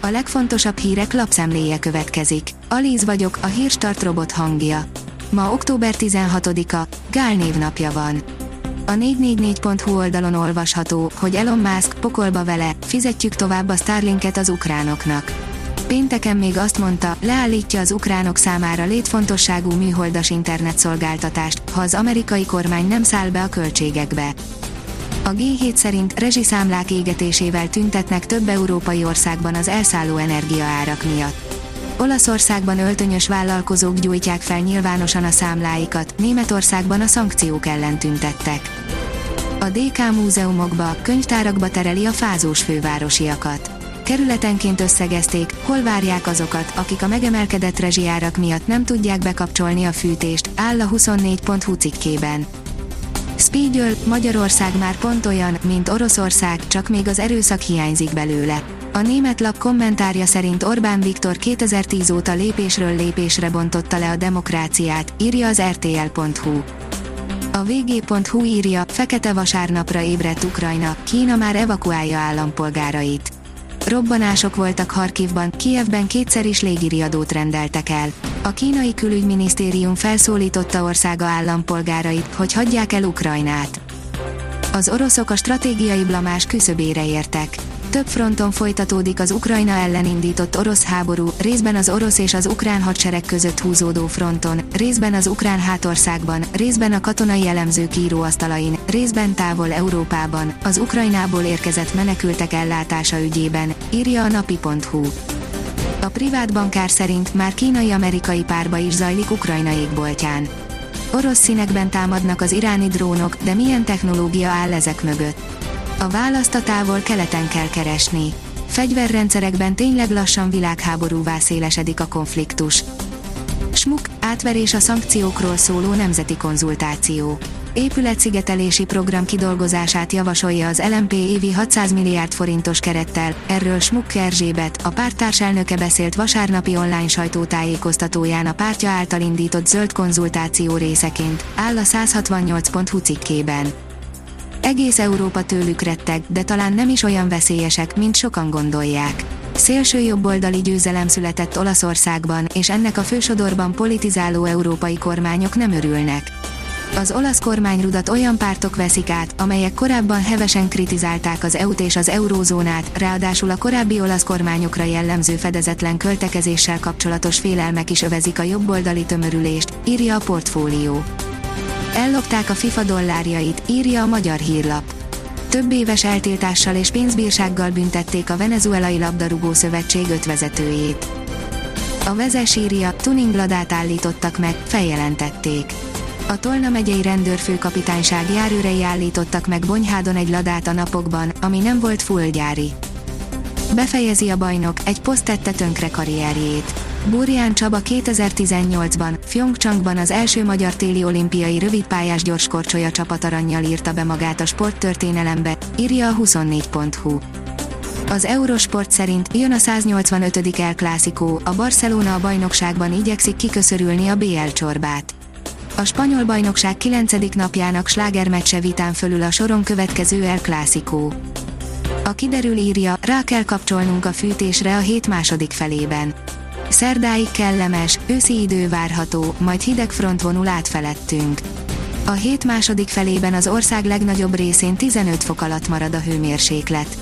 A legfontosabb hírek lapszemléje következik. Alíz vagyok, a Hírstart robot hangja. Ma október 16-a, Gál névnapja van. A 444.hu oldalon olvasható, hogy Elon Musk, pokolba vele, fizetjük tovább a Starlinket az ukránoknak. Pénteken még azt mondta, leállítja az ukránok számára létfontosságú műholdas internetszolgáltatást, ha az amerikai kormány nem száll be a költségekbe. A G7 szerint rezsiszámlák égetésével tüntetnek több európai országban az elszálló energiaárak miatt. Olaszországban öltönyös vállalkozók gyújtják fel nyilvánosan a számláikat, Németországban a szankciók ellen tüntettek. A DK múzeumokba, könyvtárakba tereli a fázós fővárosiakat. Kerületenként összegezték, hol várják azokat, akik a megemelkedett rezsiárak miatt nem tudják bekapcsolni a fűtést, áll a 24.hu cikkében. Spiegel, Magyarország már pont olyan, mint Oroszország, csak még az erőszak hiányzik belőle. A német lap kommentárja szerint Orbán Viktor 2010 óta lépésről lépésre bontotta le a demokráciát, írja az rtl.hu. A vg.hu írja, fekete vasárnapra ébredt Ukrajna, Kína már evakuálja állampolgárait. Robbanások voltak Harkivban, Kijevben kétszer is légiriadót rendeltek el. A kínai külügyminisztérium felszólította országa állampolgárait, hogy hagyják el Ukrajnát. Az oroszok a stratégiai blamás küszöbére értek. Több fronton folytatódik az Ukrajna ellen indított orosz háború, részben az orosz és az ukrán hadsereg között húzódó fronton, részben az ukrán hátországban, részben a katonai elemzők íróasztalain, részben távol Európában, az Ukrajnából érkezett menekültek ellátása ügyében, írja a napi.hu. A privát bankár szerint már kínai-amerikai párba is zajlik Ukrajna égboltján. Orosz színekben támadnak az iráni drónok, de milyen technológia áll ezek mögött? A választ a távol-keleten kell keresni. Fegyverrendszerekben tényleg lassan világháborúvá szélesedik a konfliktus. SMUK, átverés a szankciókról szóló nemzeti konzultáció. Épületszigetelési program kidolgozását javasolja az LMP évi 600 milliárd forintos kerettel, erről SMUK Erzsébet, a párt társelnöke beszélt vasárnapi online sajtótájékoztatóján a pártja által indított zöld konzultáció részeként, áll a 168.hu cikkében. Egész Európa tőlük retteg, de talán nem is olyan veszélyesek, mint sokan gondolják. Szélső jobboldali győzelem született Olaszországban, és ennek a fősodorban politizáló európai kormányok nem örülnek. Az olasz kormányrudat olyan pártok veszik át, amelyek korábban hevesen kritizálták az EU-t és az eurózónát, ráadásul a korábbi olasz kormányokra jellemző fedezetlen költekezéssel kapcsolatos félelmek is övezik a jobboldali tömörülést, írja a Portfólió. Ellopták a FIFA dollárjait, írja a Magyar Hírlap. Több éves eltiltással és pénzbírsággal büntették a Venezuelai Labdarúgó Szövetség 5 vezetőjét. A Vezes írja, tuningladát állítottak meg, feljelentették. A Tolna megyei rendőrfőkapitányság járőrei állítottak meg Bonyhádon egy ladát a napokban, ami nem volt full gyári. Befejezi a bajnok, egy poszt tette tönkre karrierjét. Burján Csaba 2018-ban, Pyeongchangban az első magyar téli olimpiai rövidpályás gyorskorcsolya csapatarannyal írta be magát a sporttörténelembe, írja a 24.hu. Az Eurosport szerint jön a 185. El Clásico, a Barcelona a bajnokságban igyekszik kiköszörülni a BL csorbát. A spanyol bajnokság 9. napjának slágermeccse vitán fölül a soron következő El Clásico. A kiderül írja, rá kell kapcsolnunk a fűtésre a hét második felében. Szerdáig kellemes, őszi idő várható, majd hideg front vonul át felettünk. A hét második felében az ország legnagyobb részén 15 fok alatt marad a hőmérséklet.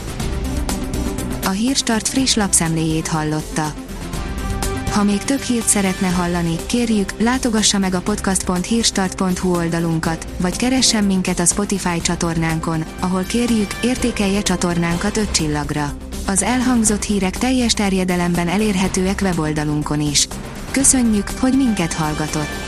A Hírstart friss lapszemléjét hallotta. Ha még több hírt szeretne hallani, kérjük, látogassa meg a podcast.hírstart.hu oldalunkat, vagy keressen minket a Spotify csatornánkon, ahol kérjük, értékelje csatornánkat 5 csillagra. Az elhangzott hírek teljes terjedelemben elérhetőek weboldalunkon is. Köszönjük, hogy minket hallgatott!